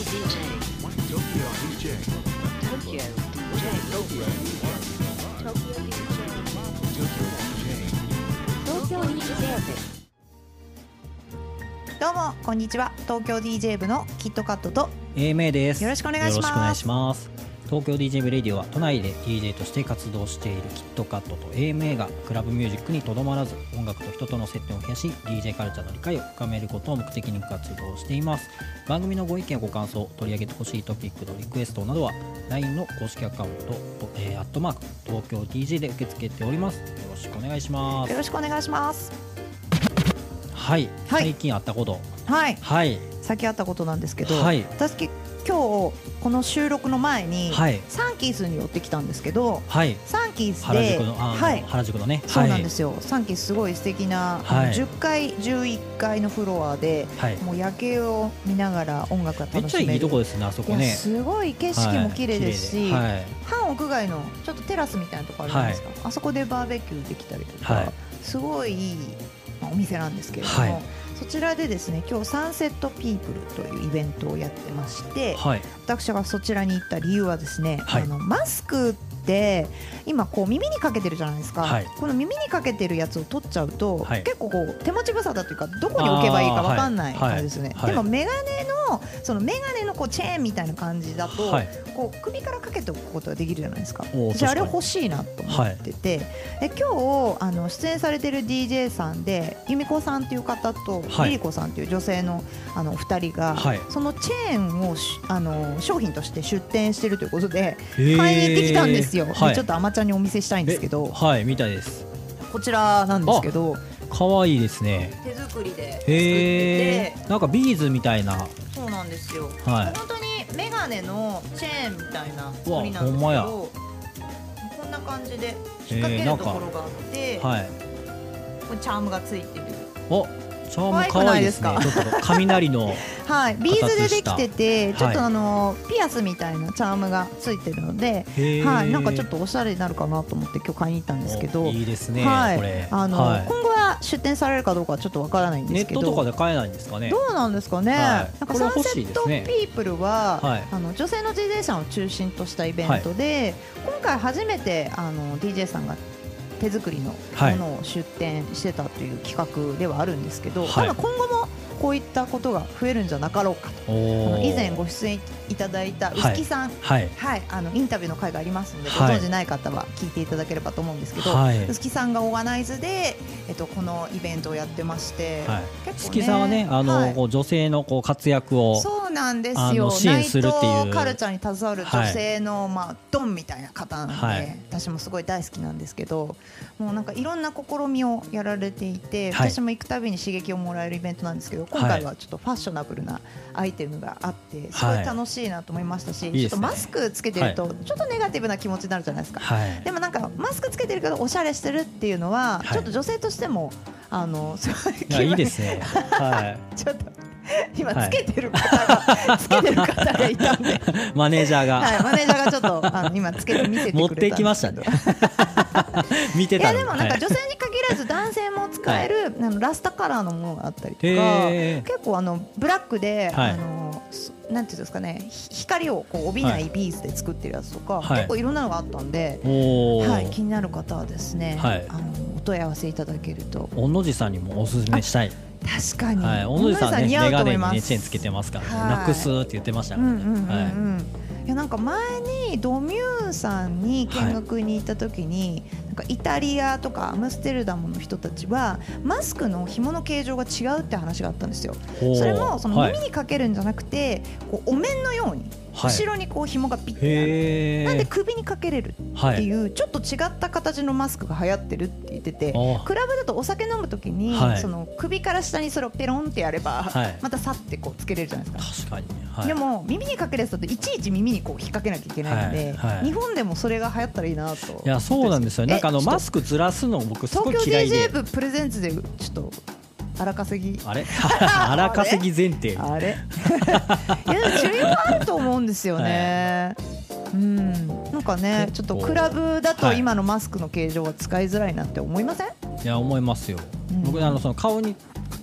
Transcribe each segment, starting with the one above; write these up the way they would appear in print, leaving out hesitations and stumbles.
どうもこんにちは。東京 DJ 部のキットカットと AMA です。 よろしくお願いします。 よろしくお願いします。東京 DJ 部レディオは都内で DJ として活動しているキットカットと AMA がクラブミュージックにとどまらず音楽と人との接点を増やし DJ カルチャーの理解を深めることを目的に活動しています。番組のご意見ご感想、取り上げてほしいトピックのリクエストなどは LINE の公式アカウント東京 DJ で受け付けております。よろしくお願いします。 よろしくお願いします。 はい、 はい、 最近あったこと、 はい、 はい、 最近あったことなんですけど、 はい、 私今日この収録の前に、 はい、 サンキースに寄ってきたんですけど、 はい、 サンキースで原宿のね、 そうなんですよ、サンキースすごい素敵な、10階11階のフロアで、もう夜景を見ながら音楽が楽しめる、 めっちゃいいとこですね、あそこね。 すごい景色も綺麗ですし、半屋外のちょっとテラスみたいなところあるじゃないですか、あそこでバーベキューできたりとか、すごいいいお店なんですけれども、そちらでですね、今日サンセットピープルというイベントをやってまして、私がそちらに行った理由はですね、マスクって今こう耳にかけてるじゃないですか、この耳にかけてるやつを取っちゃうと、結構こう手持ち無沙汰というかどこに置けばいいか分かんない感じですね。でもメガネのこうチェーンみたいな感じだと、こう首からかけておくことができるじゃないですか。じゃああれ欲しいなと思ってて、で今日出演されてる DJ さんで由美子さんという方とリリコさんという女性のお二人が、そのチェーンを商品として出店しているということで買いに行ってきたんですよ。ちょっとあまちゃんにお見せしたいんですけど、 みたいです。 こちらなんですけど、 可愛いですね。 手作りで作ってて、 なんかビーズみたいな。 そうなんですよ。本当にメガネのチェーンみたいな作りなんですけど、こんな感じで引っ掛けるところがあって、これチャームがついてる。 チャーム可愛いですね。ちょっと雷のビーズでできてて、ちょっとピアスみたいなチャームがついてるので、なんかちょっとおしゃれになるかなと思って今日買いに行ったんですけど、 いいですね。これ今後は出店されるかどうかはちょっとわからないんですけど、 ネットとかで買えないんですかね。 どうなんですかね。なんかサンセットピープルは女性の DJ さんを中心としたイベントで、今回初めてDJ さんが手作りのものを出展してたという企画ではあるんですけど、ただ今後もこういったことが増えるんじゃなかろうかと。以前ご出演いただいた臼木さん、インタビューの回がありますので、ご存じない方は聞いていただければと思うんですけど、臼木さんがオーガナイズで、このイベントをやってまして、 臼木さんはね、女性のこう活躍をそうなんですよ、 支援するっていうカルチャーに携わる女性の、ドンみたいな方なので、私もすごい大好きなんですけど、もうなんかいろんな試みをやられていて、私も行くたびに刺激をもらえるイベントなんですけど、今回はちょっとファッショナブルなアイテムがあってすごい楽しいなと思いましたし、ちょっとマスクつけてるとちょっとネガティブな気持ちになるじゃないですか。でもなんかマスクつけてるけどおしゃれしてるっていうのは、ちょっと女性としてもすごいいいですね。 ちょっと今つけてる方がいたんでマネージャーがちょっと今つけて見せてくれたんですけど、 持ってきましたね。見てたの。 いやでもなんか女性に限らず男性も使えるラスタカラーのものがあったりとか、結構ブラックでなんていうんですかね、光をこう帯びないビーズで作ってるやつとか、結構いろんなのがあったんで、気になる方はですね、お問い合わせいただけると。 おのじさんにもおすすめしたい。 確かに、 おのじさんね、メガネにねチェーンつけてますからね、なくすって言ってましたからね。 いやなんか前にドミューさんに見学に行った時に、なんかイタリアとかアムステルダムの人たちはマスクの紐の形状が違うって話があったんですよ。それもその耳にかけるんじゃなくて、こうお面のように後ろにこう紐がピッてある、なんで首にかけれるっていうちょっと違った形のマスクが流行ってるって言ってて、クラブだとお酒飲むときにその首から下にそれをペロンってやればまたさってこうつけれるじゃないですか。 確かに。 でも耳にかけるやつだといちいち耳にこう引っ掛けなきゃいけないので、日本でもそれが流行ったらいいなと。 いやそうなんですよ。なんかマスクずらすの僕すごい嫌いで。 東京 DJ 部プレゼンツでちょっと荒稼ぎ荒稼ぎ前提あれいや需要あると思うんですよね。なんかね、ちょっとクラブだと今のマスクの形状は使いづらいなって思いません？ いや思いますよ。僕その顔にか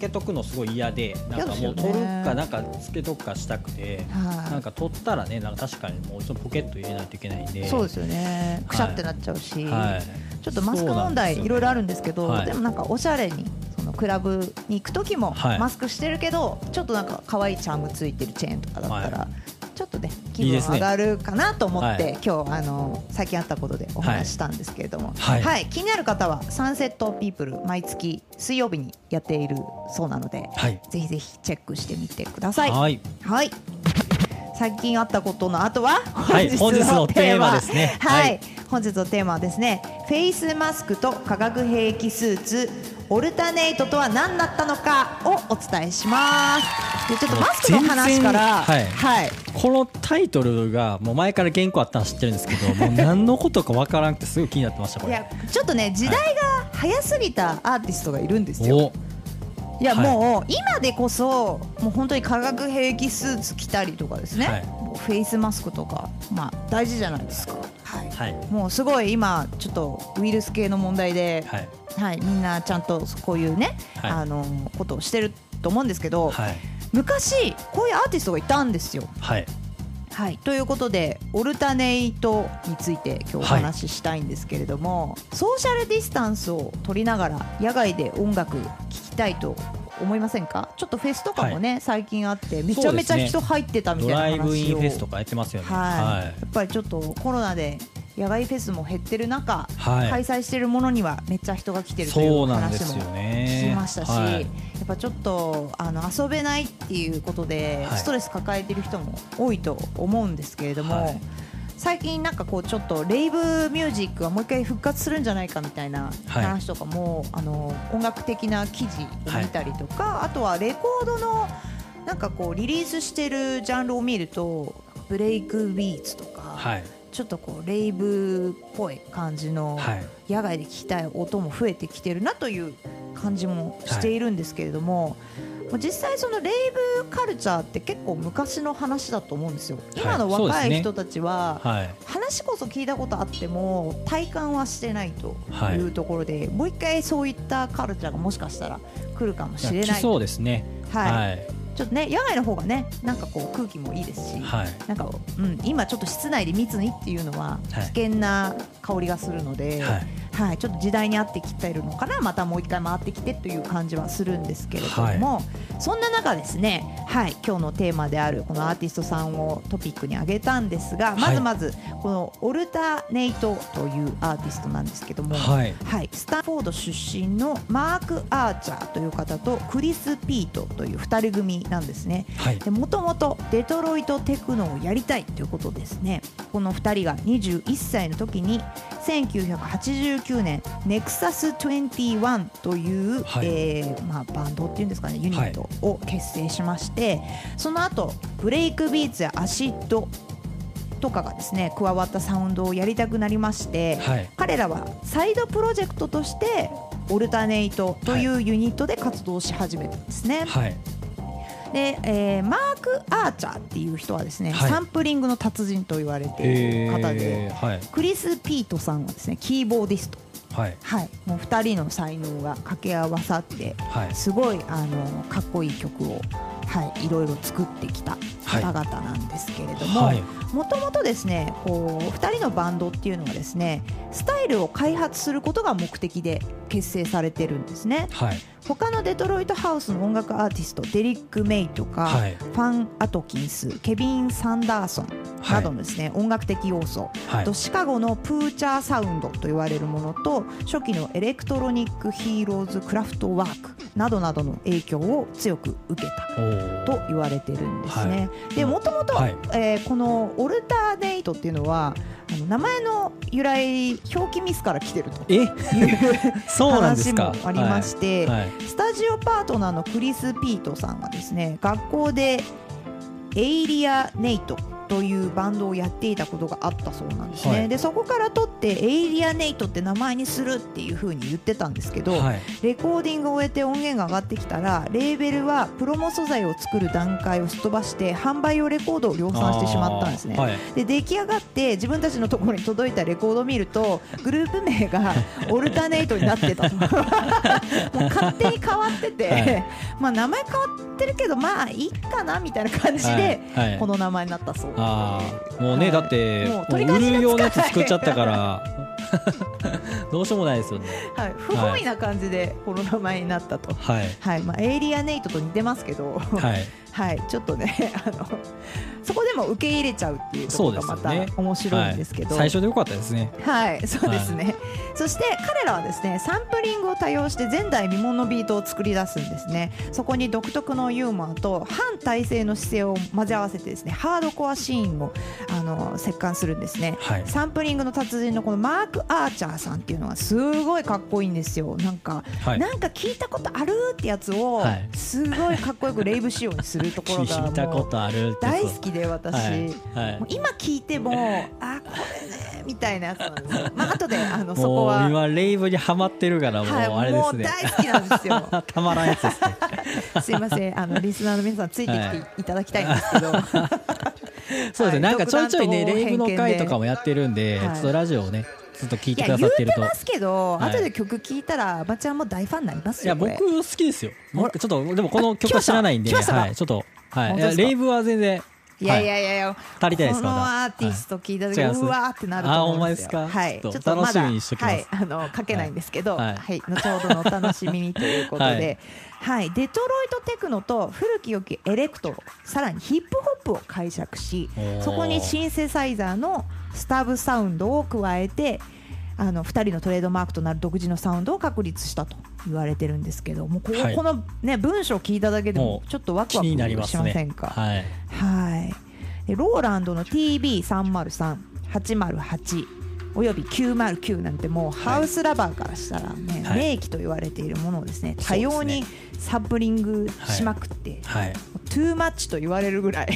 けとくのすごい嫌で、なんかもう取るかなんかつけとくかしたくて、なんか取ったらね、なんか確かにもうちょっとポケット入れないといけないんで。 そうですよね、くしゃってなっちゃうし、ちょっとマスク問題いろいろあるんですけど、でもなんかおしゃれにそのクラブに行く時もマスクしてるけど、ちょっとなんか可愛いチャームついてるチェーンとかだったら、ちょっとね気分上がるかなと思って今日最近あったことでお話したんですけれども、気になる方はサンセットピープル毎月水曜日にやっているそうなので、ぜひぜひチェックしてみてください。はい、最近あったことの後は本日のテーマですね。本日のテーマはですね、フェイスマスクと化学兵器スーツオルタネイトとは何だったのかをお伝えします。でちょっとマスクの話から、 このタイトルがもう前から原稿あったの知ってるんですけど、もう何のことかわからなくてすごい気になってました。これいやちょっとね、時代が早すぎたアーティストがいるんですよ。いやもう今でこそもう本当に化学兵器スーツ着たりとかですね、フェイスマスクとか大事じゃないですか。もうすごい今ちょっとウイルス系の問題で、みんなちゃんとこういうね、ことをしてると思うんですけど、昔こういうアーティストがいたんですよ。ということでオルタネイトについて今日お話ししたいんですけれども、ソーシャルディスタンスを取りながら野外で音楽聴きたいと思いませんか？ちょっとフェスとかもね、最近あってめちゃめちゃ人入ってたみたいな話を、 ドライブインフェスとかやってますよね。 やっぱりちょっとコロナで野外フェスも減ってる中、開催してるものにはめっちゃ人が来てるという話も聞きましたし、やっぱちょっと遊べないっていうことでストレス抱えてる人も多いと思うんですけれども、最近なんかこうちょっとレイブミュージックがもう一回復活するんじゃないかみたいな話とかも、音楽的な記事を見たりとか、あとはレコードのなんかこうリリースしてるジャンルを見るとブレイクビーツとか、ちょっとこうレイブっぽい感じの野外で聴きたい音も増えてきてるなという感じもしているんですけれども、実際そのレイブカルチャーって結構昔の話だと思うんですよ。今の若い人たちは話こそ聞いたことあっても体感はしてないというところで、もう一回そういったカルチャーがもしかしたら来るかもしれない。 そうですね。 ちょっとね野外の方がねなんかこう空気もいいですし、なんか今ちょっと室内で密にっていうのは危険な香りがするので、ちょっと時代に合ってきてるのかな、またもう一回回ってきてという感じはするんですけれども、そんな中ですね、今日のテーマであるこのアーティストさんをトピックに挙げたんですが、まずこのオルタネイトというアーティストなんですけども、スタンフォード出身のマーク・アーチャーという方とクリス・ピートという2人組なんですね。もともとデトロイトテクノをやりたいということですね。この2人が21歳の時に1989年ネクサス21という、バンドっていうんですかね、ユニットを結成しまして、その後ブレイクビーツやアシッドとかがですね加わったサウンドをやりたくなりまして、彼らはサイドプロジェクトとしてオルタネイトというユニットで活動し始めたんですね。でマーク・アーチャーっていう人はですね、サンプリングの達人と言われている方で、クリス・ピートさんはですねキーボーディスト、もう2人の才能が掛け合わさって、すごいかっこいい曲を、いろいろ作ってきた方々なんですけれども、もともとですねこう2人のバンドっていうのはですねスタイルを開発することが目的で結成されてるんですね。他のデトロイトハウスの音楽アーティストデリック・メイとか、ファン・アトキンス、ケビン・サンダーソンなどのですね、音楽的要素、とシカゴのプーチャーサウンドと言われるものと初期のエレクトロニック・ヒーローズ・クラフトワークなどなどの影響を強く受けたと言われてるんですね。でもともとこのオルタネイトっていうのは名前の由来表記ミスから来てるという話もありまして、スタジオパートナーのクリス・ピートさんはですね学校でエイリアネイトというバンドをやっていたことがあったそうなんですね、 はい、 でそこから取ってエイリアネイトって名前にするっていう風に言ってたんですけど、 はい、 レコーディングを終えて音源が上がってきたらレーベルはプロモ素材を作る段階をすっ飛ばして販売用レコードを量産してしまったんですね、はい、で出来上がって自分たちのところに届いたレコードを見るとグループ名がオルタネイトになってたともう勝手に変わってて、はい、まあ名前変わってるけどまあいいかなみたいな感じでこの名前になったそうです、 はいはい、もうね、はい、だってもう売るようなやつ作っちゃったからどうしようもないですよね、 はい、不本意な感じでこの名前になったと、はいはい、まあ、エイリアネイトと似てますけど、はいはい、ちょっとねそこでも受け入れちゃうっていうところがまた面白いんですけど、 はい、最初でよかったですね。 はい、そうですね、はい、そして彼らはですねサンプリングを多用して前代未聞のビートを作り出すんですね。そこに独特のユーモアと反体制の姿勢を混ぜ合わせてですねハードコアシーンを折檻するんですね、はい、サンプリングの達人のこのマーク・アーチャーさんっていうのはすごいかっこいいんですよ。なんか聞いたことあるってやつをすごいかっこよくレイブ仕様にするところがもう大好きで私、はいはい、もう今聞いてもこれねみたいなやつなんですよ。まあ後でそこはもう今レイブにハマってるからもうあれですね、 もう大好きなんですよたまらんやつですねすいませんリスナーの皆さんついてきていただきたいんですけど、はい、 そうですね、なんかちょいちょいねレイブの回とかもやってるんで、はい、ちょっとラジオをねずっと聞いてくださってると。 言ってますけど、 はい、 後で曲聞いたらあばちゃんも大ファンになりますよ。 いや僕好きですよ。ちょっとでもこの曲は知らないんで、はい、ちょっと、はい、レイブは全然いやいやいやいや、 足りたいですか。 このアーティスト聞いた時、うわーってなると思うんですよ。 はい、 ちょっとまだ書けないんですけど、はい、後ほどのお楽しみにということで、はい、デトロイトテクノと古き良きエレクトロ、さらにヒップホップを解釈し、そこにシンセサイザーのスタブサウンドを加えて2人のトレードマークとなる独自のサウンドを確立したと言われてるんですけども、この、ね、文章を聞いただけでもちょっとワクワクしませんか。はいはい、ローランドの TB303、808および909なんてもうハウスラバーからしたら、ね、名機と言われているものをですね、多様にサンプリングしまくって、トゥーマッチと言われるぐらい、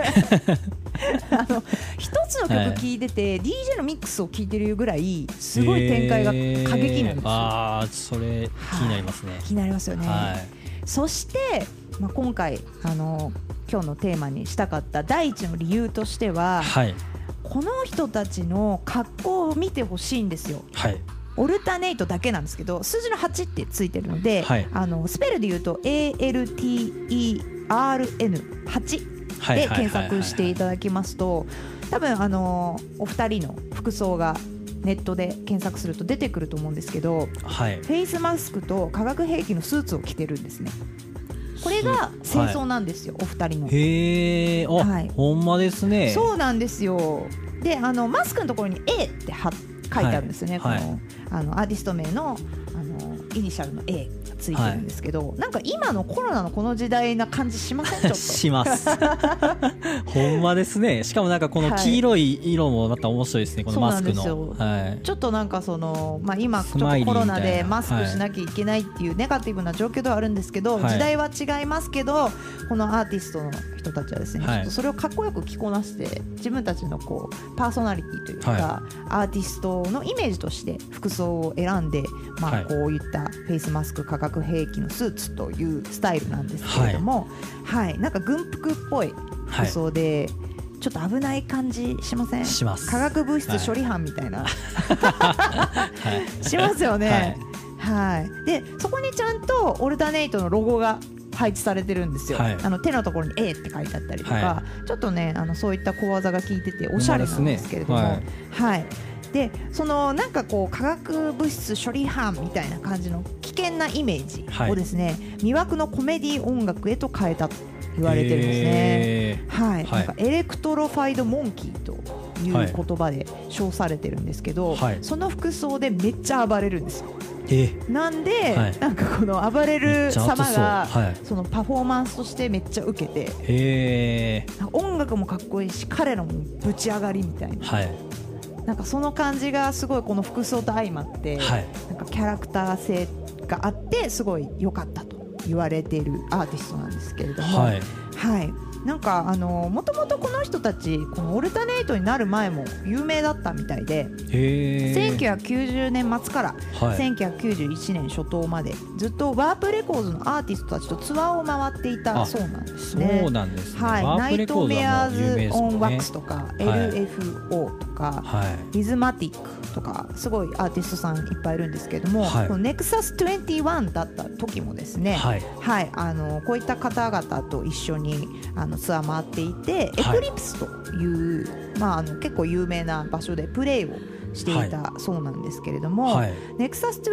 一つの曲聴いてて DJ のミックスを聴いてるぐらいすごい展開が過激なんですよ。 あー、それ気になりますね。 気になりますよね。そして、今回今日のテーマにしたかった第一の理由としては、この人たちの格好を見てほしいんですよ。オルタネイトだけなんですけど数字の8ってついてるので、スペルで言うと ALTERN8 で検索していただきますと、多分お二人の服装がネットで検索すると出てくると思うんですけど、フェイスマスクと化学兵器のスーツを着てるんですね。これが正装なんですよ、お二人の。 へー、ほんまですね。 そうなんですよ。でマスクのところに A って書いてあるんですよね、このアーティスト名のイニシャルの A がついてるんですけど、なんか今のコロナのこの時代な感じしません？ちょっとしますほんまですね。しかもなんかこの黄色い色もまた面白いですね、このマスクの。 そうなんですよ、ちょっとなんか今ちょっとコロナでマスクしなきゃいけないっていうネガティブな状況ではあるんですけど、時代は違いますけど、このアーティストの人たちはですね、ちょっとそれをかっこよく着こなして自分たちのこうパーソナリティというか、アーティストのイメージとして服装を選んで、こういったフェイスマスク、化学兵器のスーツというスタイルなんですけれども、なんか軍服っぽい服装で、ちょっと危ない感じしません？ します。 化学物質処理班みたいな、しますよね。でそこにちゃんとオルタネイトのロゴが配置されてるんですよ。手のところに A って書いてあったりとか、ちょっとねそういった小技が効いてておしゃれなんですけれども、でなんかこう化学物質処理班みたいな感じの危険なイメージをですね、魅惑のコメディ音楽へと変えたと言われてるんですね。なんかエレクトロファイドモンキーという言葉で称されてるんですけど、その服装でめっちゃ暴れるんですよ。なんで、なんかこの暴れる様がそのパフォーマンスとしてめっちゃ受けて、音楽もかっこいいし彼らもぶち上がりみたいな、なんかその感じがすごいこの服装と相まって、なんかキャラクター性があってすごい良かったと言われているアーティストなんですけれども、 なんかもともとこの人たちこのオルタネイトになる前も有名だったみたいで、1990年末から1991年初頭までずっとワープレコーズのアーティストたちとツアーを回っていたそうなんですね。 そうなんですね。 はい、ナイトメアーズ・オン・ワックスとか、LFO とか、リズマティックとかすごいアーティストさんいっぱいいるんですけども、このネクサス21だった時もですね、こういった方々と一緒にツアー回っていて、エクリプスという、結構有名な場所でプレイをしていたそうなんですけれども、ネクサス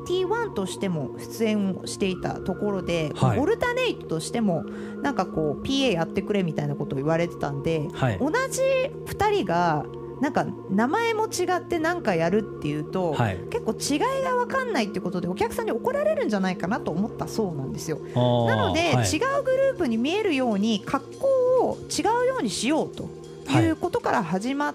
21としても出演をしていたところで、オルタネイトとしてもなんかこう PA やってくれみたいなことを言われてたんで、同じ2人がなんか名前も違って何かやるっていうと、結構違いが分かんないってことでお客さんに怒られるんじゃないかなと思ったそうなんですよ。なので、違うグループに見えるように格好を違うようにしようということから始まって、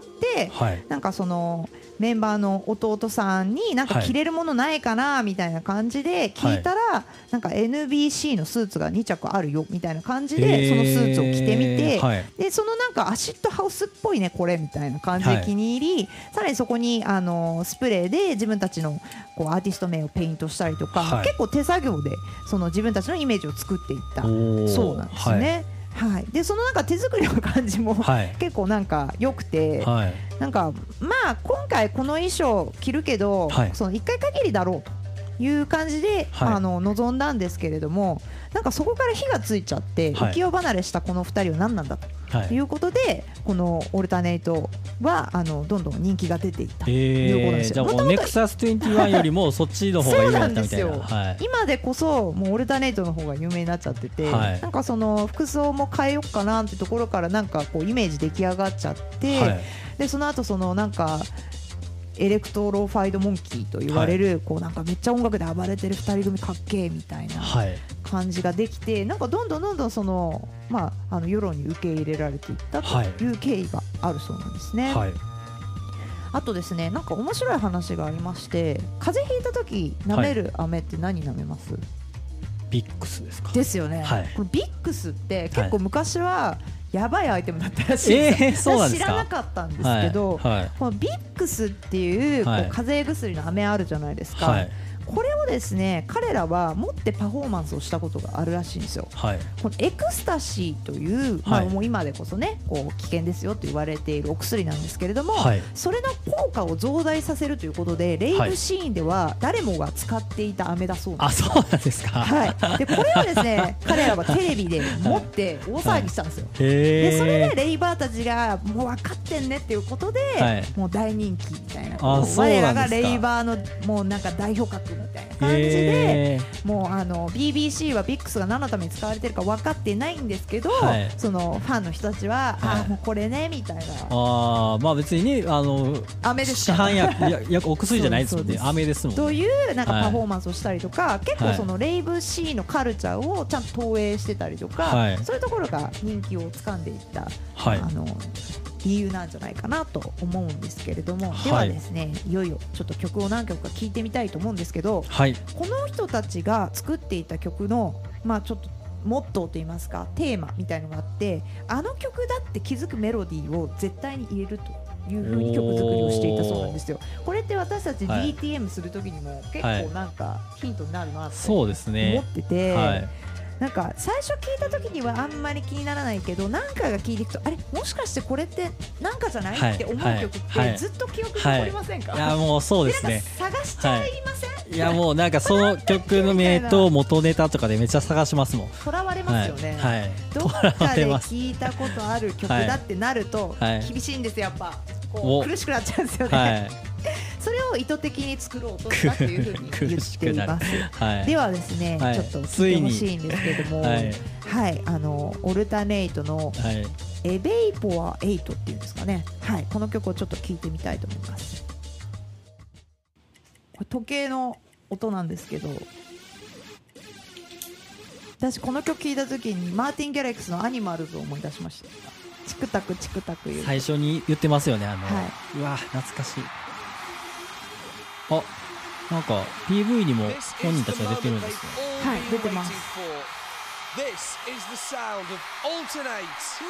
なんかそのメンバーの弟さんになんか着れるものないかなみたいな感じで聞いたら、なんか NBC のスーツが2着あるよみたいな感じでそのスーツを着てみて、でそのなんかアシッドハウスっぽいねこれみたいな感じで気に入り、さらにそこにスプレーで自分たちのこうアーティスト名をペイントしたりとか、結構手作業でその自分たちのイメージを作っていったそうなんですね。でそのなんか手作りの感じも結構なんか良くて、なんか今回この衣装着るけど、その1回限りだろうという感じで、臨んだんですけれども、なんかそこから火がついちゃって浮世離れしたこの2人は何なんだということで、このオルタネイトはどんどん人気が出ていったということなんですよ。 じゃあもうネクサス21よりもそっちの方が有名だったみたいな。 そうなんですよ。今でこそもうオルタネイトの方が有名になっちゃってて、なんかその服装も変えようかなってところからなんかこうイメージ出来上がっちゃって、でその後そのなんかエレクトロファイドモンキーと言われる、こうなんかめっちゃ音楽で暴れてる2人組かっけーみたいな感じができて、なんかどんどんその世論に受け入れられていったという経緯があるそうなんですね。あとですね、なんか面白い話がありまして、風邪ひいた時舐める飴って何舐めます？ ビックスですか？ですよね。このビックスって結構昔はやばいアイテムだったらしいです。私知らなかったんですけど、このビックスっていう風邪薬の飴あるじゃないですか。これをですね、彼らは持ってパフォーマンスをしたことがあるらしいんですよ。このエクスタシーという、もう今でこそねこう危険ですよと言われているお薬なんですけれども、それの効果を増大させるということでレイブシーンでは誰もが使っていた飴だそうなんです。 そうなんですか。 でこれをですね彼らはテレビで持って大騒ぎしたんですよ。でそれでレイバーたちがもう分かってんねっていうことで、もう大人気みたいな、我らがレイバーのもうなんか代表格みたいな感じで、もうBBC はビックスが何のために使われてるか分かってないんですけど、そのファンの人たちは、もうこれねみたいな、 別にね飴です市販薬お薬じゃないですもんね。飴ですもんね。 というなんかパフォーマンスをしたりとか、結構そのレイブシーのカルチャーをちゃんと投影してたりとか、そういうところが人気をつかんでいった理由なんじゃないかなと思うんですけれども、ではですね、いよいよちょっと曲を何曲か聴いてみたいと思うんですけど、この人たちが作っていた曲のちょっとモットーといいますかテーマみたいのがあって、あの曲だって気づくメロディーを絶対に入れるという風に曲作りをしていたそうなんですよ。これって私たち DTM する時にも結構なんかヒントになるなって思ってて、なんか最初聞いた時にはあんまり気にならないけど、何回か聞いていくと、あれもしかしてこれってなんかじゃない、って思う曲ってずっと記憶に残りませんか？ いやもうそうですね。 探しちゃいません？ いやもうなんかその曲の名と元ネタとかでめっちゃ探しますもん。 とらわれますよね。どっかで聞いたことある曲だってなると厳しいんですよ、やっぱこう苦しくなっちゃうんですよね。それを意図的に作ろうとしたというふうに言っています。ではですね、ちょっと聞いてほしいんですけれども、オルタネイトのエベイポア8っていうんですかね、この曲をちょっと聞いてみたいと思います。これ時計の音なんですけど、私この曲聴いた時にマーティン・ギャレックスのアニマルズを思い出しました。チクタクチクタクいう最初に言ってますよね。うわ懐かしい。なんか PV にも本人たちが出てるんですね。 出てます。 This is the sound of Alternate.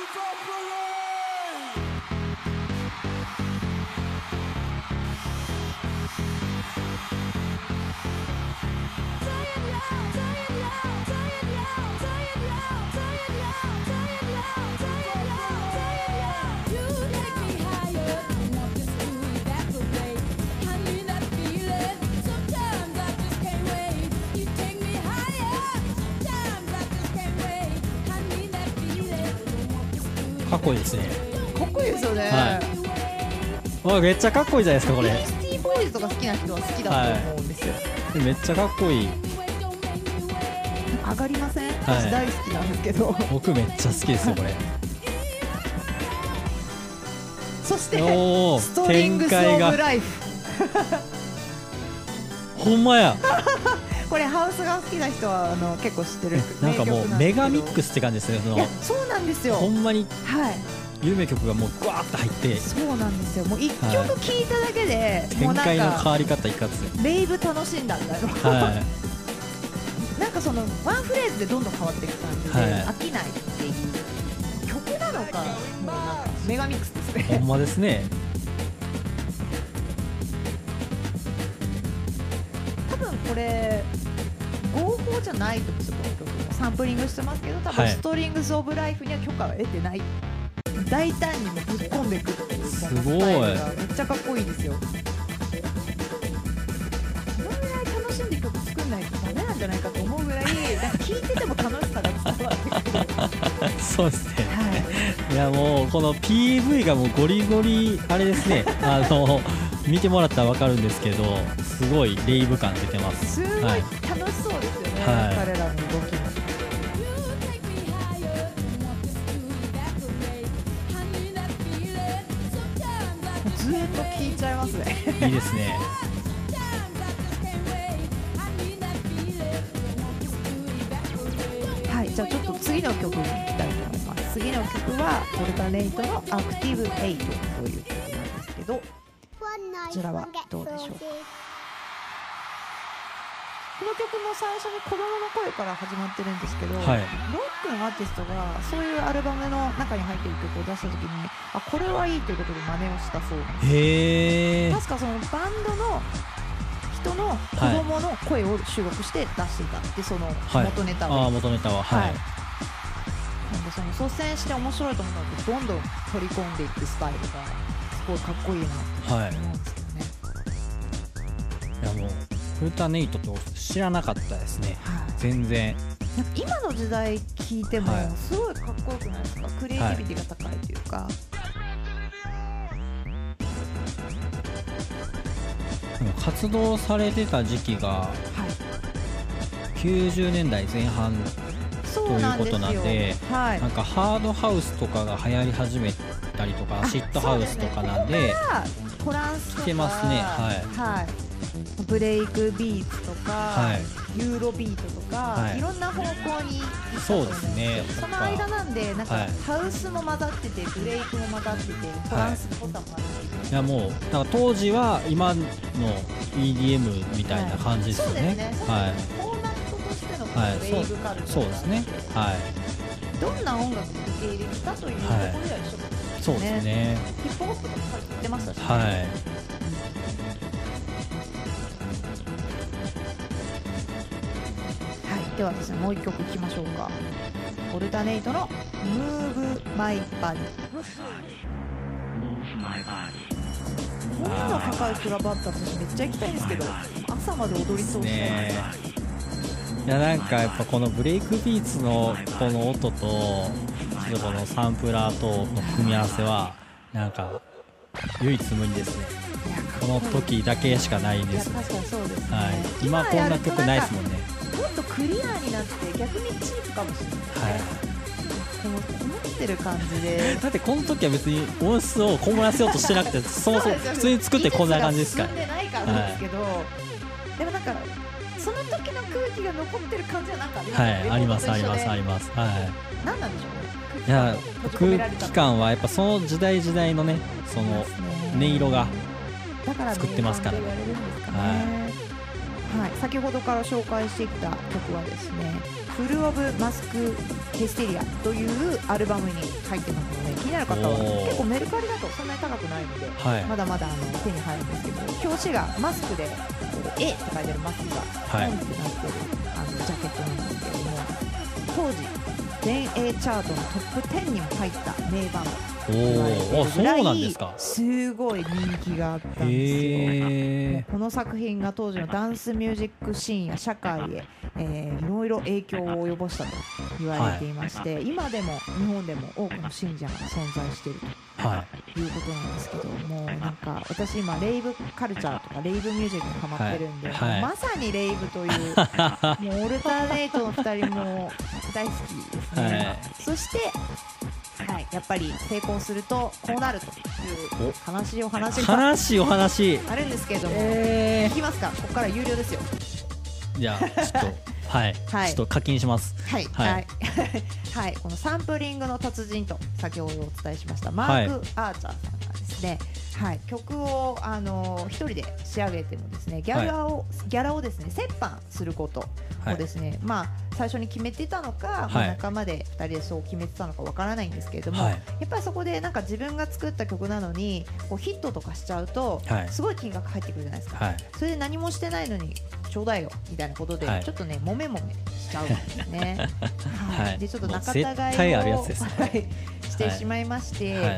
かっこいいですね。 かっこいいですよね。 はい。めっちゃかっこいいじゃないですかこれ。 ビースティーボーイズとか好きな人は好きだと思うんですよ。 めっちゃかっこいい。 上がりません？私大好きなんですけど。 僕めっちゃ好きですよこれ。 そしてストリングスオブライフ。 ほんまや。 これハウスが好きな人は結構知ってる。 なんかもうメガミックスって感じですね。 いやそうなんですよ。 ほんまにはい有名曲がもうグワーッと入って。 そうなんですよ。もう一曲聴いただけで展開の変わり方一括で。 レイブ楽しんだんだよ。 はい。 なんかそのワンフレーズでどんどん変わっていく感じで飽きないっていう曲なのか、もうなんかメガミックスですね。 ほんまですね。 多分これ合法じゃないと思うんですよ。この曲サンプリングしてますけど、多分ストリングスオブライフには許可は得てない。大胆にもぶっ込んでいくっていうすごい。 スタイルがめっちゃかっこいいですよ。このぐらい楽しんで曲作んないとダメなんじゃないかと思うぐらい、なんか聴いてても楽しさが伝わってくる。 そうですね。いやもうこの PV がもうゴリゴリあれですね。見てもらったら分かるんですけど、すごいレイブ感出てます。 すごい楽しそうですよね。彼らの動きも。ずっと聴いちゃいますね。 いいですね。 はい、じゃあちょっと次の曲に行きたいと思います。次の曲はオルタネイトのアクティブ8という曲なんですけど、こちらはどうでしょうか。この曲も最初に子供の声から始まってるんですけど、ロックのアーティストがそういうアルバムの中に入っている曲を出した時に、あ、これはいいということで真似をしたそうなんです。 へー。 確かそのバンドの人の子供の声を収録して出していたって、その元ネタを。 元ネタははい。 なんでその率先して面白いと思うのでどんどん取り込んでいくスタイルがすごいかっこいいなと思うんですよね。 いやもうオルタネイトって知らなかったですね。全然。 なんか今の時代聞いてもすごいかっこよくないですか。クリエイティビティが高いというか。 活動されてた時期が90年代前半ということなんで、なんかハードハウスとかが流行り始めたりとか、アシッドハウスとかなんでトランスとか来てますね。 ブレイクビーツとか、ユーロビートとか、いろんな方向に行ったと思うんですけど、その間なんでなんかハウスも混ざってて、ブレイクも混ざってて、トランスっぽさもあって、いやもうだから当時は今の EDM みたいな感じですよね。 フォーマットとしてのレイブカルチャー、 そうですね。 どんな音楽に受け入れたというところでは一緒ですね。 そうですね。 ヒップホップとか言ってましたしね。ではですね、もう一曲いきましょうか。オルタネイトの Move My Body。こんなのかかるクラブあったら私めっちゃ行きたいんですけど、朝まで踊りそうですね。 いやなんかやっぱこのブレイクビーツのこの音とこのサンプラーとの組み合わせはなんか唯一無二ですね。この時だけしかないんです。 確かにそうですね。 今こんな曲ないですもんね。 もっとクリアになって逆にチープかもしれない。このこもってる感じで。 だってこの時は別に音質をこもらせようとしてなくて、そもそも普通に作ってこんな感じですから。 進んでないからなんですけど、でもなんかその時の空気が残ってる感じはなんかありますありますあります。 何なんでしょうね。 いや空気感はやっぱその時代時代のね、その音色が作ってますからね。 はい、先ほどから紹介してきた曲はですね、 フルオブマスクヘステリアというアルバムに入ってますので、気になる方は結構メルカリだとそんなに高くないので、 はい、 まだまだ手に入るんですけど、表紙がマスクで A って書いてあるマスクがポンってなってる、ジャケットなんですけれども、当時全英チャートのトップ10にも入った名バンドと言われているぐらいすごい人気があったんですよ。この作品が当時のダンスミュージックシーンや社会へ、いろいろ影響を及ぼしたと言われていまして、今でも日本でも多くの信者が存在しているということなんですけども、なんか私今レイブカルチャーとかレイブミュージックにハマってるんで、まさにレイブというもうオルタネイトの2人も大好きですね。そしてやっぱり成功するとこうなるという悲しいお話があるんですけれども、いきますか。ここから有料ですよ。 じゃあちょっとちょっと課金します。 このサンプリングの達人と先ほどお伝えしましたマーク・アーチャーさんがですね、曲を一人で仕上げてもですね、ギャラをですね折半することをですね、最初に決めてたのか、仲間で2人でそう決めてたのかわからないんですけれども、やっぱりそこでなんか自分が作った曲なのにこうヒットとかしちゃうとすごい金額入ってくるじゃないですか。それで何もしてないのにちょうだいよみたいなことでちょっとねもめしちゃうんですね。でちょっと仲違いをしてしまいまして、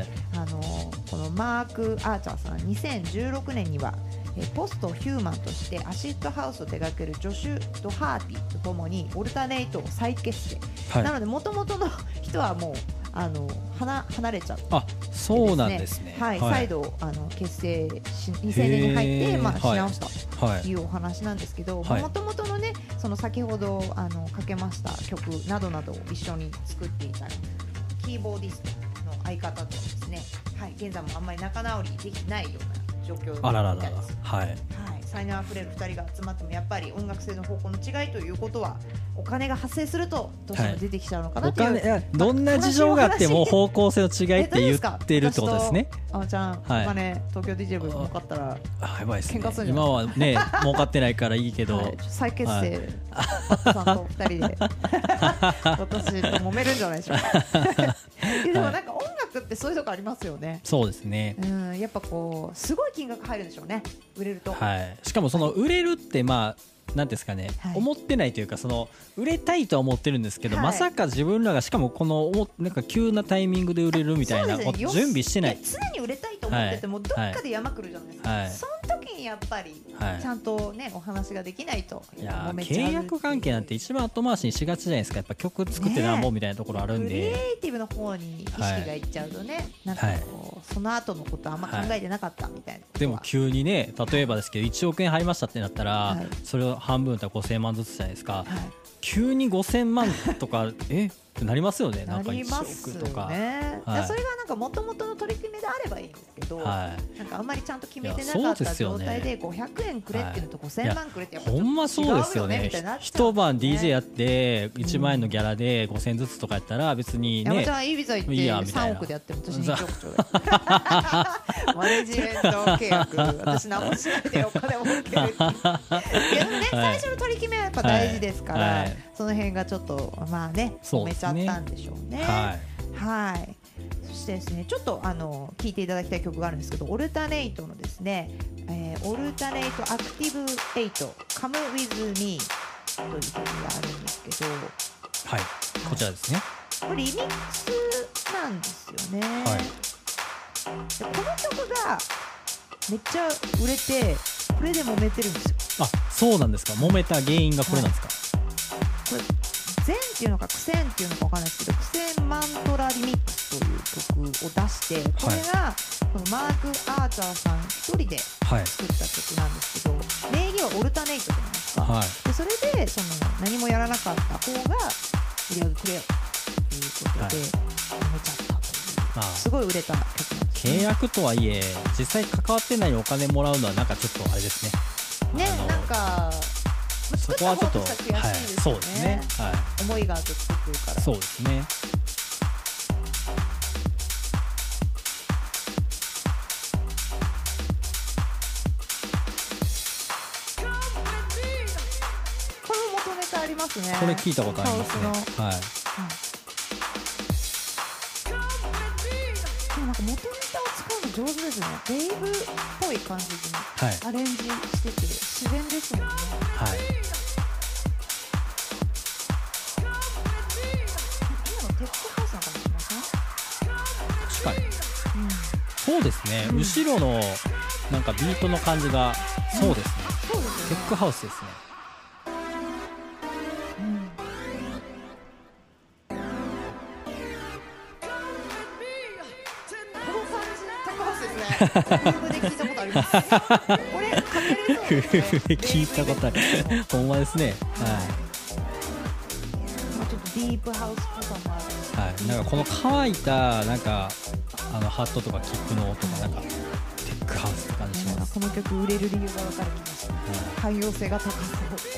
このマーク・アーチャーさん2016年にはポストヒューマンとしてアシッドハウスを手掛けるジョシュ・ドハーティとともにオルタネイトを再結成、なので元々の人はもう離れちゃって、 そうなんですね。 再度結成し2000年に入ってし直したというお話なんですけど、元々のねその先ほどかけました曲などなどを一緒に作っていたキーボーディストの相方とですね、現在もあんまり仲直りできないような状況みたいです。才能あふれる2人が集まってもやっぱり音楽性の方向の違いということはお金が発生するとどうしても出てきちゃうのかなという、 どんな事情があっても方向性の違いって言ってるってことですね。 あちゃん、お金東京 DJ 部儲かったらやばいですね。 喧嘩する今はね儲かってないからいいけど、 再結成バットさんと2人で私と揉めるんじゃないでしょうか。でもなんか音楽ってそういうとこありますよね。 そうですね。 やっぱこうすごい金額入るでしょうね、売れると。 しかもその売れるってなんですかね、思ってないというか、その売れたいとは思ってるんですけど、まさか自分らがしかもこのなんか急なタイミングで売れるみたいなこと準備してない。 常に売れたいと思っててもどっかで山来るじゃないですか。その時にやっぱりちゃんとねお話ができないと揉めちゃう。 契約関係なんて一番後回しにしがちじゃないですか。やっぱ曲作ってなんぼみたいなところあるんで、 クリエイティブの方に意識がいっちゃうとね、なんかこうその後のことあんま考えてなかったみたいな。 でも急にね、例えばですけど1億円入りましたってなったら、それを半分だったら5000万ずつじゃないですか。急に5000万とかってなりますよね。なんか1億とか。 それがなんか元々の取り決めであればいいんですけど、なんかあんまりちゃんと決めてなかった状態で500円くれっていうのと5000万くれってやっぱほんまそうですよね。一晩 DJ やって1万円のギャラで5000円ずつとかやったら別にね、 じゃあいいビザ行って3億でやっても私2億ちょうだいマネジメント契約私何もしないでお金を儲けるっていやでもね、最初の取り決めはやっぱ大事ですから、その辺がちょっと揉めちゃったんでしょうね。そしてですね、ちょっと聴いていただきたい曲があるんですけど、オルタネイトのですね、オルタネイトアクティブ8 Come With Me という曲があるんですけど、 こちらですね。 これリミックスなんですよね。でこの曲がめっちゃ売れて、これで揉めてるんですよ。 そうなんですか。揉めた原因がこれなんですか。 これゼンっていうのかクセンっていうのか分かんないですけど、クセンマントラリミックスという曲を出して、これがこのマーク・アーチャーさん一人で作った曲なんですけど、名義はオルタネイトじゃないですか。でそれでその何もやらなかった方が売り上げくれよということで揉めちゃったという、すごい売れた曲なんです、ね。 契約とはいえ実際関わってないお金もらうのはなんかちょっとあれですね。 なんかそこはちょっと作った方としては悔しいですよね。 そうですね。 思いがあって作ってるから。 そうですね。 これも元ネタありますますね。 これ聞いたことありますね。はい。 でもなんか元ネタを使うの上手ですね。レイブっぽい感じにアレンジしてて自然ですもんね。 はい。 今のテックハウスな感じしません？ 確かに。そうですね。後ろのなんかビートの感じがそうですね。 そうですよね。 テックハウスですね。 夫婦で聞いたことあります。これかけれそうですね。 夫婦で聞いたことある。ほんまですね。はい。 まあちょっとディープハウスっぽさもある。 はい。なんかこの乾いたなんかハットとかキックの音がなんかテックハウスって感じします。 この曲売れる理由が分かる気がします。汎用性が高そう。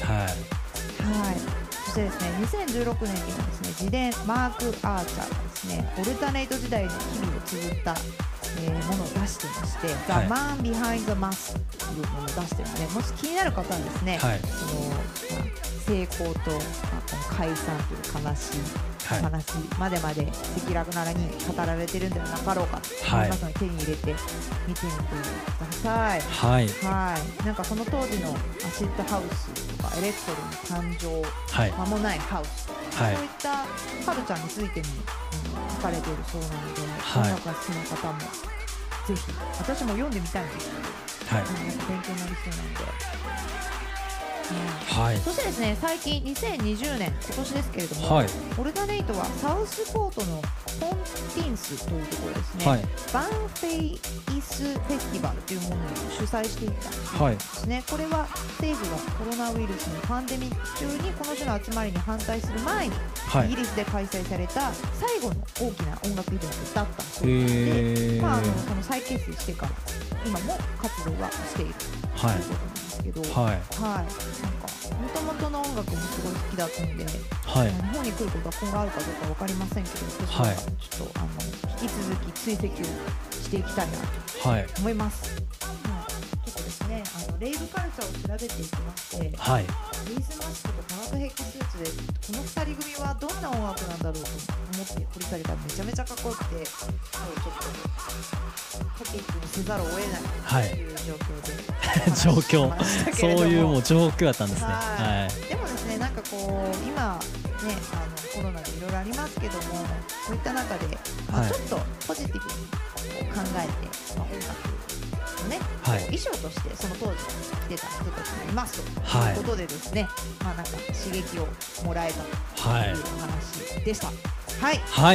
はい。はい。 そしてですね、2016年にはですね、自伝マーク・アーチャーがですね、オルタネイト時代の日々を綴ったものを出していまして、The Man Behind the Mask というものを出しているので、もし気になる方はですね、成功と、この解散という悲しい話まで赤裸々に語られているんではなかろうかと思いますので、手に入れて見てみてください。 はい。 なんかその当時のアシッドハウスとかエレクトロの誕生、間もないハウスとか、そういったカルチャーについても書かれているそうなので、音楽が好きな方もぜひ、私も読んでみたいんですけど、勉強になりそうなので。そしてですね、最近2020年今年ですけれども、オルタネイトはサウスポートのポンティンスというところですね、バンフェイスフェスティバルというものを主催していたんですね。これは政府がコロナウイルスのパンデミック中にこの種の集まりに反対する前に、イギリスで開催された最後の大きな音楽イベントだったそうなので、その再結成してから今も活動はしているということなんですけど、もともとの音楽もすごい好きだったので、日本に来ることは今後あるかどうか分かりませんけど、私はちょっと引き続き追跡をしていきたいなと思います。結構ですね、レイブカルチャーを調べていきまして、フェイスマスクと化学兵器スーツでこの2人組はどんな音楽なんだろうと思って掘り下げたらめちゃめちゃかっこよくて、ちょっとトピックにせざるを得ないという状況で。 そういうもう状況だったんですね。 でもですね、なんかこう今ね、コロナでいろいろありますけども、そういった中で、ちょっとポジティブに考えて、音楽をね、衣装としてその当時着てた人たちがいますということでですね、なんか刺激をもらえたというお話でした。はい、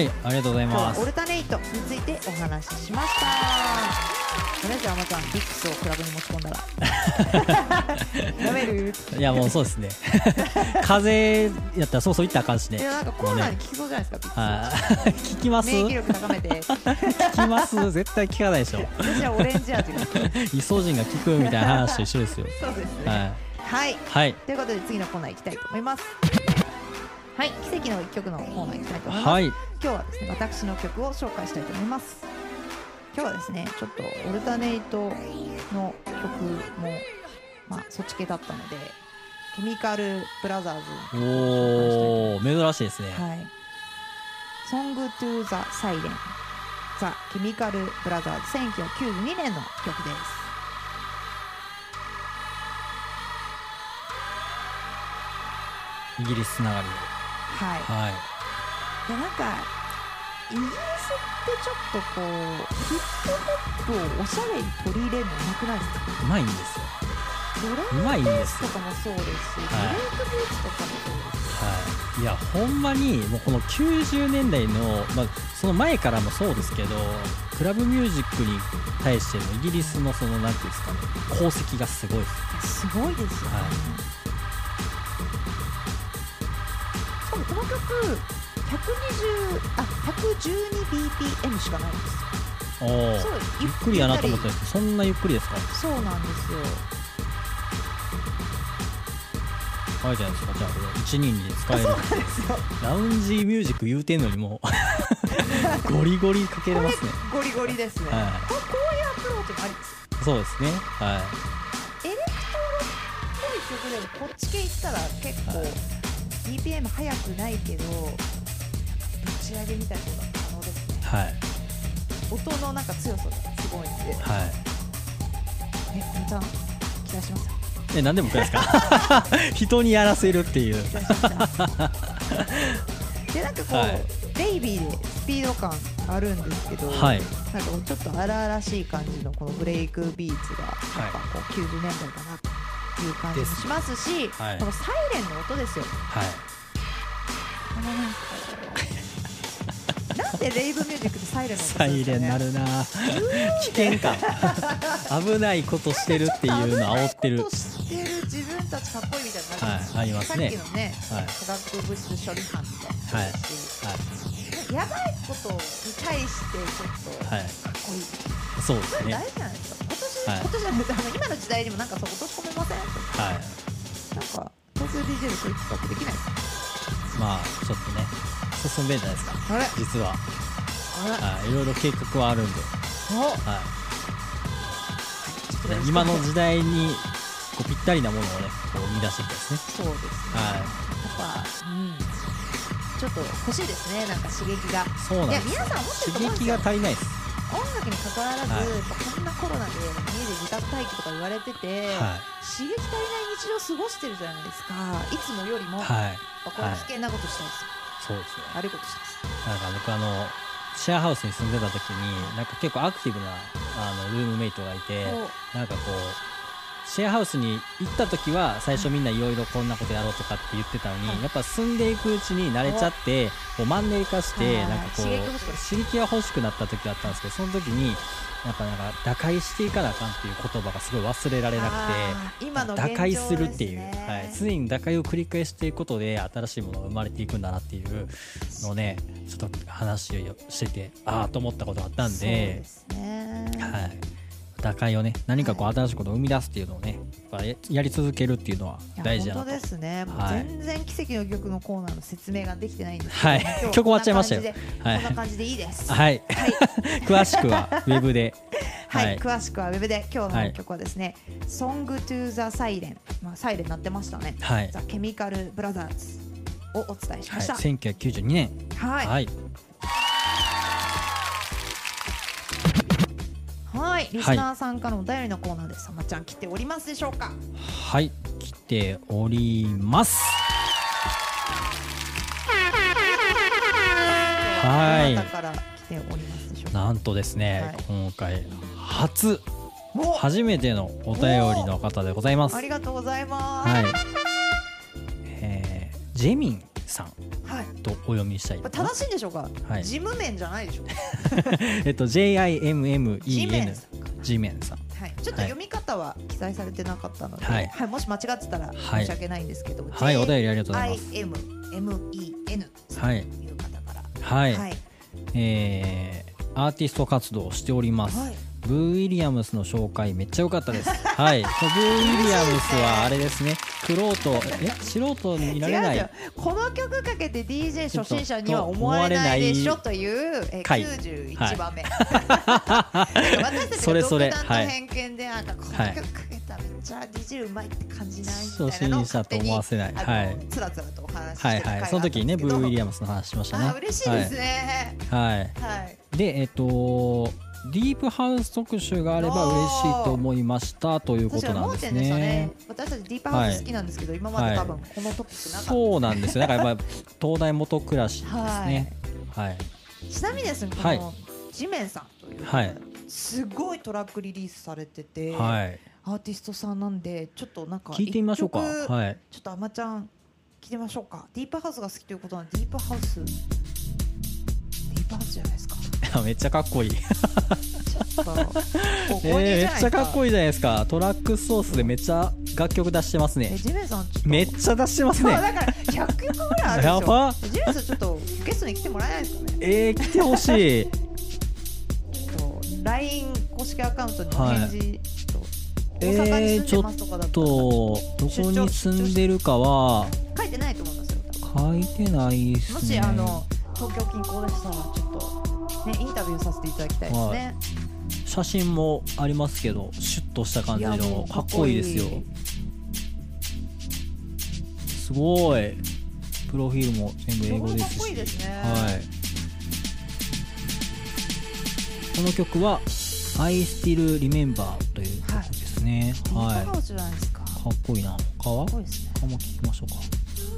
ありがとうございます。 今日はオルタネイトについてお話ししました。とりあえずあまちゃん、ビックスをクラブに持ち込んだら飲める？ いやもうそうですね。風邪やったらそういったらあかんしね。 いやなんかコロナに効きそうじゃないですか、ビックス。 効きます。 免疫力高めて。効きます。絶対効かないでしょ。 私はオレンジ味が。 イソジンが効くみたいな話と一緒ですよ。 そうですね。はい。ということで次のコーナー行きたいと思います。はい、奇跡の一曲のコーナー行きたいと思います。今日はですね、私の曲を紹介したいと思います。今日はですね、ちょっとオルタネイトの曲もそっち系だったので、ケミカルブラザーズを紹介したいと思います。珍しいですね。 Song to the Siren、ザ・ケミカルブラザーズ、1992年の曲です。 イギリスつながりで。 でなんかイギリスってちょっとこうヒップホップをおしゃれに取り入れるのうまくないですか？ うまいんですよ。 ドラムベースとかもそうですし、ブレイクビーツとかもそうですし、 いやほんまにもうこの90年代の、その前からもそうですけど、クラブミュージックに対してのイギリスのそのなんていうんですかね、功績がすごいです。 すごいですよね。しかもこの曲112bpm しかないんですよ。 ゆっくりやなと思ったんですけど、そんなゆっくりですか？ そうなんですよ。 あれじゃないですか。じゃあこれ122で使える。 そうなんですよ。 ラウンジミュージック言うてんのにもうゴリゴリかけれますね。 ゴリゴリですね。こういうアプローチもありです。 そうですね。 エレクトロっぽい曲でもこっち系行ったら結構 BPM 速くないけどぶち上げみたいなのが可能ですね。 はい。 音のなんか強さがすごいんで、 はい。 みちゃん期待しますよ。 何でもくらいですか人にやらせるっていう期待しますよでなんかこう、 はい、 ベイビーでスピード感あるんですけど、 はい、 なんかちょっと荒々しい感じのこのブレイクビーツがなんかこう90年代かなという感じもしますし、 はい、 このサイレンの音ですよ。 はい、 このなんかなんでレイブミュージックでサイレンの音すサるんですかね。 イレンなるな危険感危ないことしてるっていうの煽ってる。 危ないことしてる自分たちかっこいいみたいになるんですよ。 はい、ありますね。 さっきのね、 はい、 化学物質処理班みたいな、 はい、 はい、やばいことに対してちょっとかっこいい、 そうですね。 大事じゃないですか。今年じゃないです今の時代にもなんかそう落とし込めません？ はい。 なんか東京 DJ でそういう企画できないですか？ まあちょっとね進んでんじゃないですか。 あれ実は。 あれ。いろいろ計画はあるんで。はい。ちょっとね今の時代にこうぴったりなものをねこう生み出していきたいですね。 そうですね。はい。やっぱちょっと欲しいですね、なんか刺激が。 そうなんです。 いや皆さん思ってると思うんですよ。 刺激が足りないです。 音楽に関わらず、やっぱこんなコロナで家で自宅待機とか言われてて、刺激足りない日常を過ごしてるじゃないですか。いつもよりも、これ危険なことしたいですよ。 そうですね。 悪いことしたいです。 なんか僕シェアハウスに住んでた時になんか結構アクティブなルームメイトがいて、なんかこうシェアハウスに行った時は最初みんないろいろこんなことやろうとかって言ってたのに、やっぱ住んでいくうちに慣れちゃってこうマンネリ化してなんかこう刺激が欲しくなった時があったんですけど、その時にやっぱなんか打開していかなあかんっていう言葉がすごい忘れられなくて、 今の打開するっていう、常に打開を繰り返していくことで新しいものが生まれていくんだなっていうのをねちょっと話をしててと思ったことがあったんで、打開をね何かこう新しいことを生み出すっていうのをねやり続けるっていうのは大事だなと。 本当ですね。もう全然奇跡の曲のコーナーの説明ができてないんですけど、曲終わっちゃいましたよ。 こんな感じでいいです。 詳しくはウェブで詳しくはウェブで。今日の曲はですね、Song to the Siren、サイレンなってましたね。ザ・ケミカル・ブラザーズをお伝えしました。 1992年。 リスナーさんからのお便りのコーナーです。さまちゃん来ておりますでしょうか？ はい、来ております。はい。 から来ておりますでしょうか？ なんとですね、今回初めてのお便りの方でございます。 ありがとうございます。 ジェミンさんとお読みしたい。 正しいんでしょうか？事務面じゃないでしょうか JIMMEN ジメンさん。 ちょっと読み方は記載されてなかったので、もし間違ってたら申し訳ないんですけど、 お便りありがとうございます。 JIMMEN さんという方から、 アーティスト活動をしております。ブー・ウィリアムスの紹介めっちゃ良かったです。ブー・ウィリアムスはあれですね、素人に見られない。 この曲かけて DJ 初心者には思われないでしょという91番目。私たちが独断と偏見でなんかこの曲かけたらめっちゃ DJ うまいって感じないみたいなのを初心者と思わせない。 つらつらとお話ししてる回があったんですけど、 その時にねブー・ウィリアムスの話しましたね。 嬉しいですね。 でディープハウス特集があれば嬉しいと思いましたということなんですね。私たちディープハウス好きなんですけど、今まで多分このトピックなかった。そうなんですよ。だからやっぱ東大元暮らしですね。 ちなみにですね、このジメンさんというすごいトラックリリースされてて、アーティストさんなんでちょっとなんか聞いてみましょうか。 ちょっとあまちゃん聞いてみましょうか。ディープハウスが好きということはディープハウスじゃないですか。 めっちゃかっこいい。めっちゃかっこいいじゃないですか。トラックソースでめっちゃ楽曲出してますね。 ジメンさんめっちゃ出してますね。 だから100曲ぐらいあるんですよ。やば。ジメンさんちょっとゲストに来てもらえないですかね。 来てほしい。 LINE 公式アカウントに返事大阪に住んでますとかだったら、 どこに住んでるかは書いてないと思いますよ。 書いてないですね。 もし東京近郊でしたらちょっとねインタビューさせていただきたいですね。 写真もありますけどシュッとした感じのかっこいいですよ。すごい。 プロフィールも全部英語ですし、 かっこいいですね。 はい、この曲は I Still Remember という曲ですね。はい、 ディープハウスじゃないですか。 かっこいいな。 かっこいいですね。 も聞きましょうか。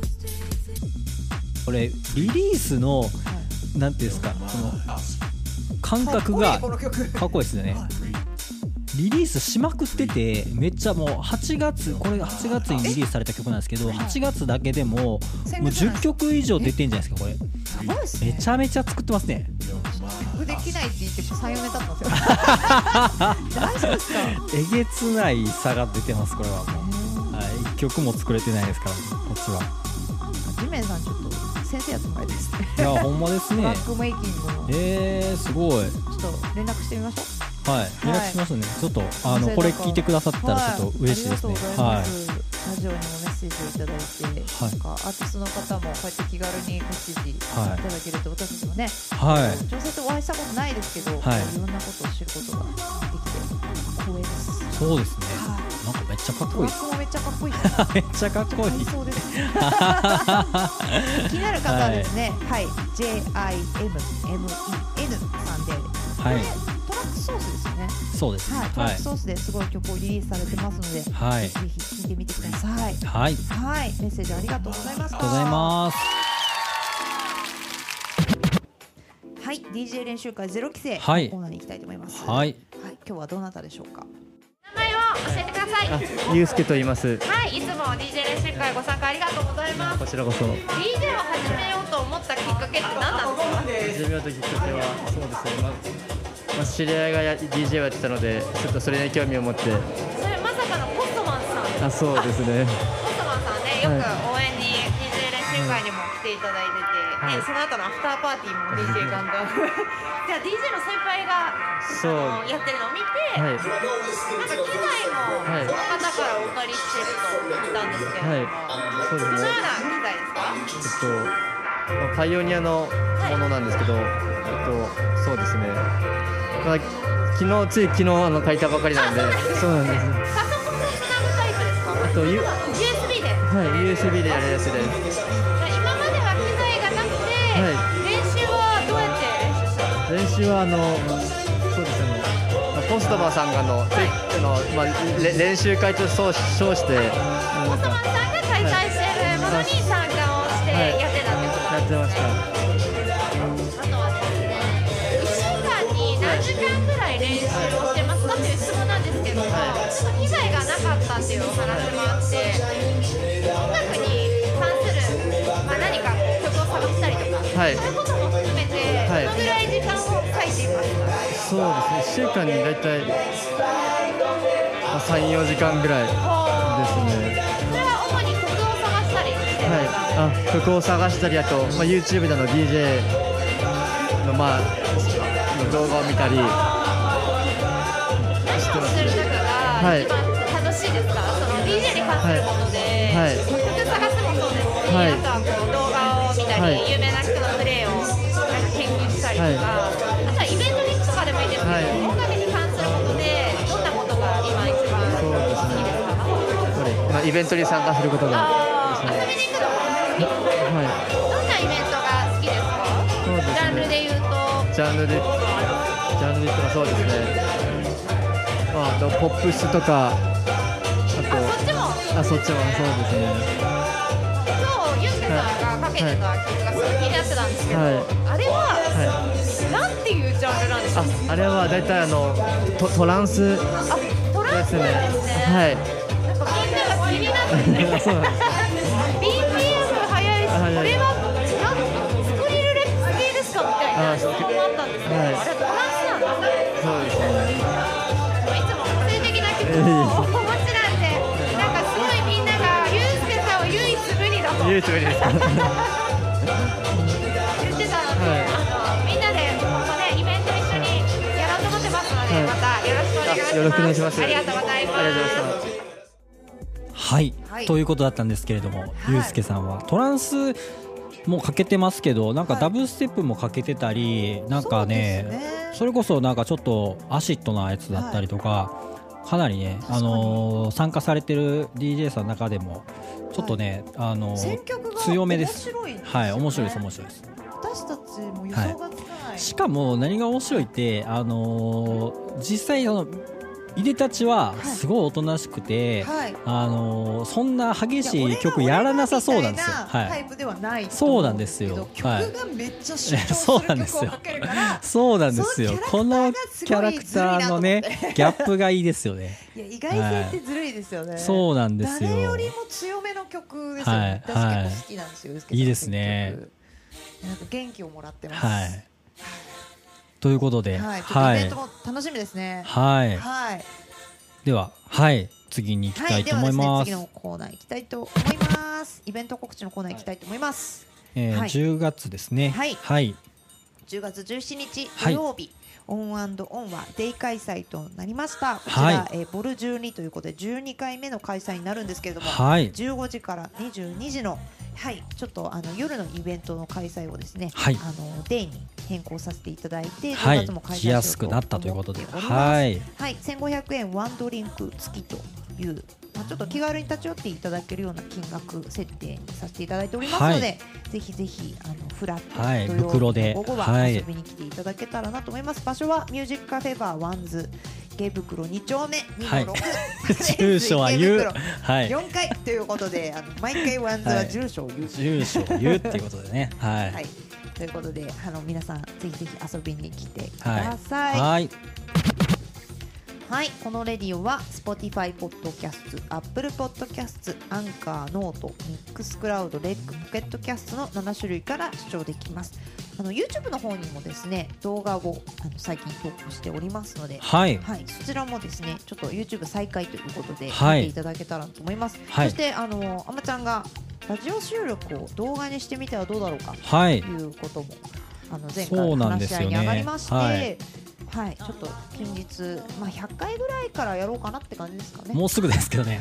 これリリースの、なんていうんですか、その感覚がかっこいいですよね。リリースしまくってて、めっちゃもう8月、これ8月にリリースされた曲なんですけど、8月だけでも10曲以上出てんじゃないですか。これめちゃめちゃ作ってますね。 曲できないって言って3、4年経ってますよ。大丈夫ですか。 えげつない差が出てます。これはもう、はい、1曲も作れてないですから、こっちは。 ジメンさんちょっと先生やってもらいですね。 いやほんまですね。 バックメイキングのすごい。 ちょっと連絡してみましょう。 はい、連絡しますね。ちょっとこれ聞いてくださったらちょっと嬉しいですね。 はい、ラジオにもメッセージをいただいて、なんかアーティストの方もこうやって気軽にメッセージいただけると、私たちもね、女性とお会いしたことないですけど、いろんなことを知ることができて光栄です。 そうですね。なんかめっちゃかっこいい。 トラックもめっちゃかっこいい。 めっちゃかっこいい。 そうです。気になる方はですね、はい、JIMMEN さんで、はい。トラックソースですよね。 そうです。 はい、トラックソースですごい曲をリリースされてますので、はい、ぜひ聴いてみてください。はい、はい、メッセージありがとうございました。 ありがとうございます。 はい、DJ 練習会ゼロ期生のコーナーに行きたいと思います。 はい、はい、 今日はどなたでしょうか。 名前を教えてください。 ゆうすけと言います。 はい、いつも DJ 練習会ご参加ありがとうございます。 こちらこそ。 DJ を始めようと思ったきっかけって何なんですか。 始めようときっかけはそうですね。知り合いがDJ をやってたので、ちょっとそれに興味を持って。それまさかのポストマンさん。 そうですね。 ポストマンさんね、よく応援に DJ 練習会にも来ていただいてて、その後のアフターパーティーも DJ ガンガン。じゃあ DJ の先輩がやってるのを見て、なんか機材もその方からお借りしてると聞いたんですけれども、 そうですね。 どのような機材ですか。 パイオニアのものなんですけど、そうですね。つい昨日書いたばかりなんで、そうなんです。 パソコンでつなぐタイプですか。USB で。 はい、USB でやるやつです。 今までは機材がなくて、練習はどうやって練習したの。 練習はそうですね。ポストマンさんが練習会と称して、 ポストマンさんが開催しているものに参加をしてやってたってことなんですね。 やってました。 あとはですね、1週間に何時間ぐらい練習をしてますかという質問なんですけども、機材がなかったっていうお話もあって、音楽に関する、何か曲を探したりとか、そういうことも含めて、どのぐらい時間を割いていますか。 そうですね、1週間にだいたい3、4時間ぐらいですね。 それは主に曲を探したりしてるんですか。 曲を探したり、あと、YouTube での DJ の、動画を見たり。 何をする中が一番楽しいですか。その DJ に関するもので、曲探すもそうですし、あとは動画を見たり、有名な人のプレーを研究したりとか、あとはイベントリンクとかでもいいですけど、音楽に関するものでどんなことが今一番好きですか。 イベントに参加することが。 遊びに行くのも好き。どんなイベントが好きですか。ジャンルで言うと。 ジャンルで言ったらそうですね。ポップスとか、そっちもそうですね。 今日ユースケさんがかけてた曲がすごい気になってたんですけど、あれはなんていうジャンルなんですか。 あれはだいたいトランスですね。はい。 なんかみんなが気になってね。そうなんです。BPM 速いし、これはスクリルレックス系ですかみたいな質問もあったんですけど、あれはトランスなんですね。 そうですね。 いつも個性的な曲をお持ちなんで、なんかすごいみんながユースケさんを唯一無二だと唯一無二ですか。 言ってたので、みんなでイベント一緒にやろうと思ってますので、またよろしくお願いします。ありがとうございます。 はい、ということだったんですけれども、ゆうすけさんはトランスもかけてますけど、なんかダブステップもかけてたり、なんかね、それこそなんかちょっとアシッドなやつだったりとか、かなりね、参加されてる DJ さんの中でもちょっとね、 強めです。 面白いですよね。 はい、面白いです、面白いです。 私たちも予想がつかない。 しかも何が面白いって実際いでたちはすごいおとなしくて、そんな激しい曲やらなさそうなんですよ。 タイプではない。 そうなんですよ。 曲がめっちゃ主張する曲をかけるから。 そうなんですよ。このキャラクターのねギャップがいいですよね。 いや意外性ってずるいですよね。 そうなんですよ。 誰よりも強めの曲ですよね。私結構好きなんですよ。 いいですね。 なんか元気をもらってます。 はい。ということで、 はい、ちょっとイベントも楽しみですね。 はい。 はい。 では、はい、次に行きたいと思います。 次のコーナー行きたいと思います。イベント告知のコーナー行きたいと思います。 10月ですね。 はい。 10 月17日土曜日。オン&オンはデイ開催となりました。こちら、ボル12ということで12回目の開催になるんですけれども、15時から22時のちょっと夜のイベントの開催をですね、デイに変更させていただいて、10月も開催しようと思っております。しやすくなったということで、1500円ワンドリンク付きという。ちょっと気軽に立ち寄っていただけるような金額設定にさせていただいておりますので、ぜひぜひフラット土曜日の午後は遊びに来ていただけたらなと思います。場所はミュージックカフェバーワンズ池袋2丁目2-6、 住所は言う、 4階ということで毎回ワンズは住所を言う、 住所を言うっていうことでね。はい。 ということで皆さんぜひぜひ遊びに来てください。はい、このレディオは Spotify ポッドキャスト、Apple ポッドキャスト、アンカー、ノート、ミックスクラウド、レッグ、ポケットキャストの7種類から視聴できます。YouTube の方にもですね動画を最近投稿しておりますので、そちらもですねちょっと YouTube 再開ということで見ていただけたらと思います。そしてあまちゃんがラジオ収録を動画にしてみてはどうだろうかということも前回話し合いに上がりまして、ちょっと近日、100回ぐらいからやろうかなって感じですかね。 もうすぐですけどね。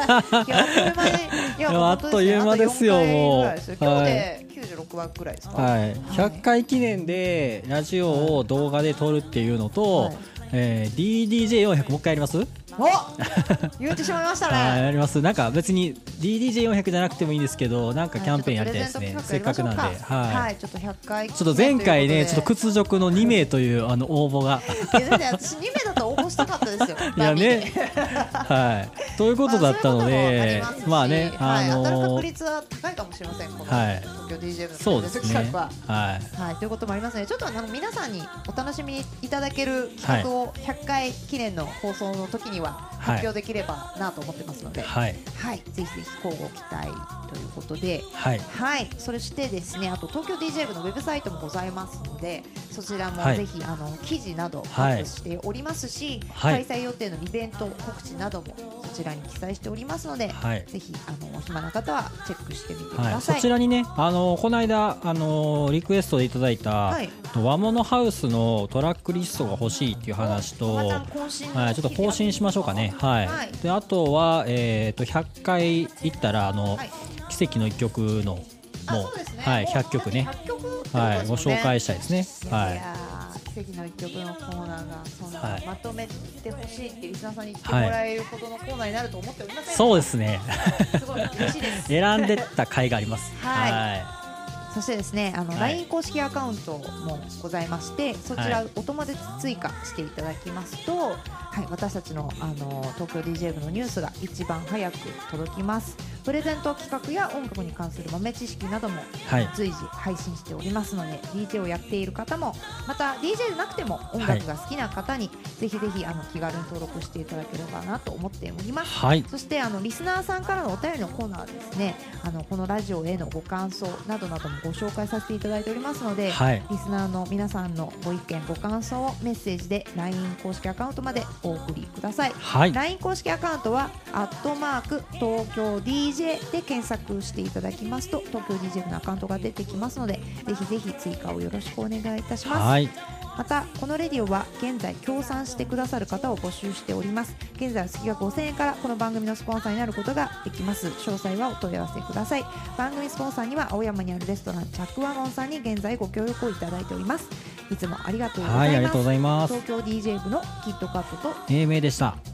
あっという間ですよ。もう今日で96話ぐらいですか。 100回記念でラジオを動画で撮るっていうのと、DDJ400 もう一回やります？ 言ってしまいましたね。 やります。なんか別に DDJ400 じゃなくてもいいんですけど、なんかキャンペーンやりたいですね。せっかくなんで、 ちょっと100回。 ちょっと前回ね、ちょっと屈辱の2名という応募が。 私2名だったら応募したかったですよ。 いやね。ということだったので、まあね、 当たる確率は高いかもしれません。この東京 DJ のそうですね。 ということもありますので、ちょっと皆さんにお楽しみいただける企画を100回記念の放送の時には発表できればなと思ってますので、ぜひぜひ交互期待ということで、そしてですね、あと東京 DJ 部のウェブサイトもございますので、そちらもぜひ記事などアップしておりますし、開催予定のイベント告知などもそちらに記載しておりますので、ぜひお暇な方はチェックしてみてください。 そちらにね、この間リクエストでいただいた和物ハウスのトラックリストが欲しいっていう話と、ちょっと更新しましょうかね。であとは100回行ったら奇跡の一曲のもう100曲ね、ご紹介したいですね。 奇跡の一曲のコーナーがまとめてほしいってリスナーさんに言ってもらえるほどのコーナーになると思っておりません。 そうですね。 すごい嬉しいです。 選んでった甲斐があります。 そしてですね、LINE 公式アカウントもございまして、そちらお友達追加していただきますと、私たちの東京 DJ 部のニュースが一番早く届きます。プレゼント企画や音楽に関する豆知識なども随時配信しておりますので、DJ をやっている方もまた DJ じゃなくても音楽が好きな方にぜひぜひ気軽に登録していただければなと思っております。そしてリスナーさんからのお便りのコーナーはですね、このラジオへのご感想などなどもご紹介させていただいておりますので、リスナーの皆さんのご意見ご感想をメッセージで LINE 公式アカウントまでお送りください。LINE 公式アカウントは東京 DJ で検索していただきますと東京 DJ のアカウントが出てきますので、ぜひぜひ追加をよろしくお願いいたします。またこのレディオは現在協賛してくださる方を募集しております。現在は月額5000円からこの番組のスポンサーになることができます。詳細はお問い合わせください。番組スポンサーには青山にあるレストランチャックワゴンさんに現在ご協力をいただいております。いつもありがとうございます。東京 DJ 部のキットカットと英明でした。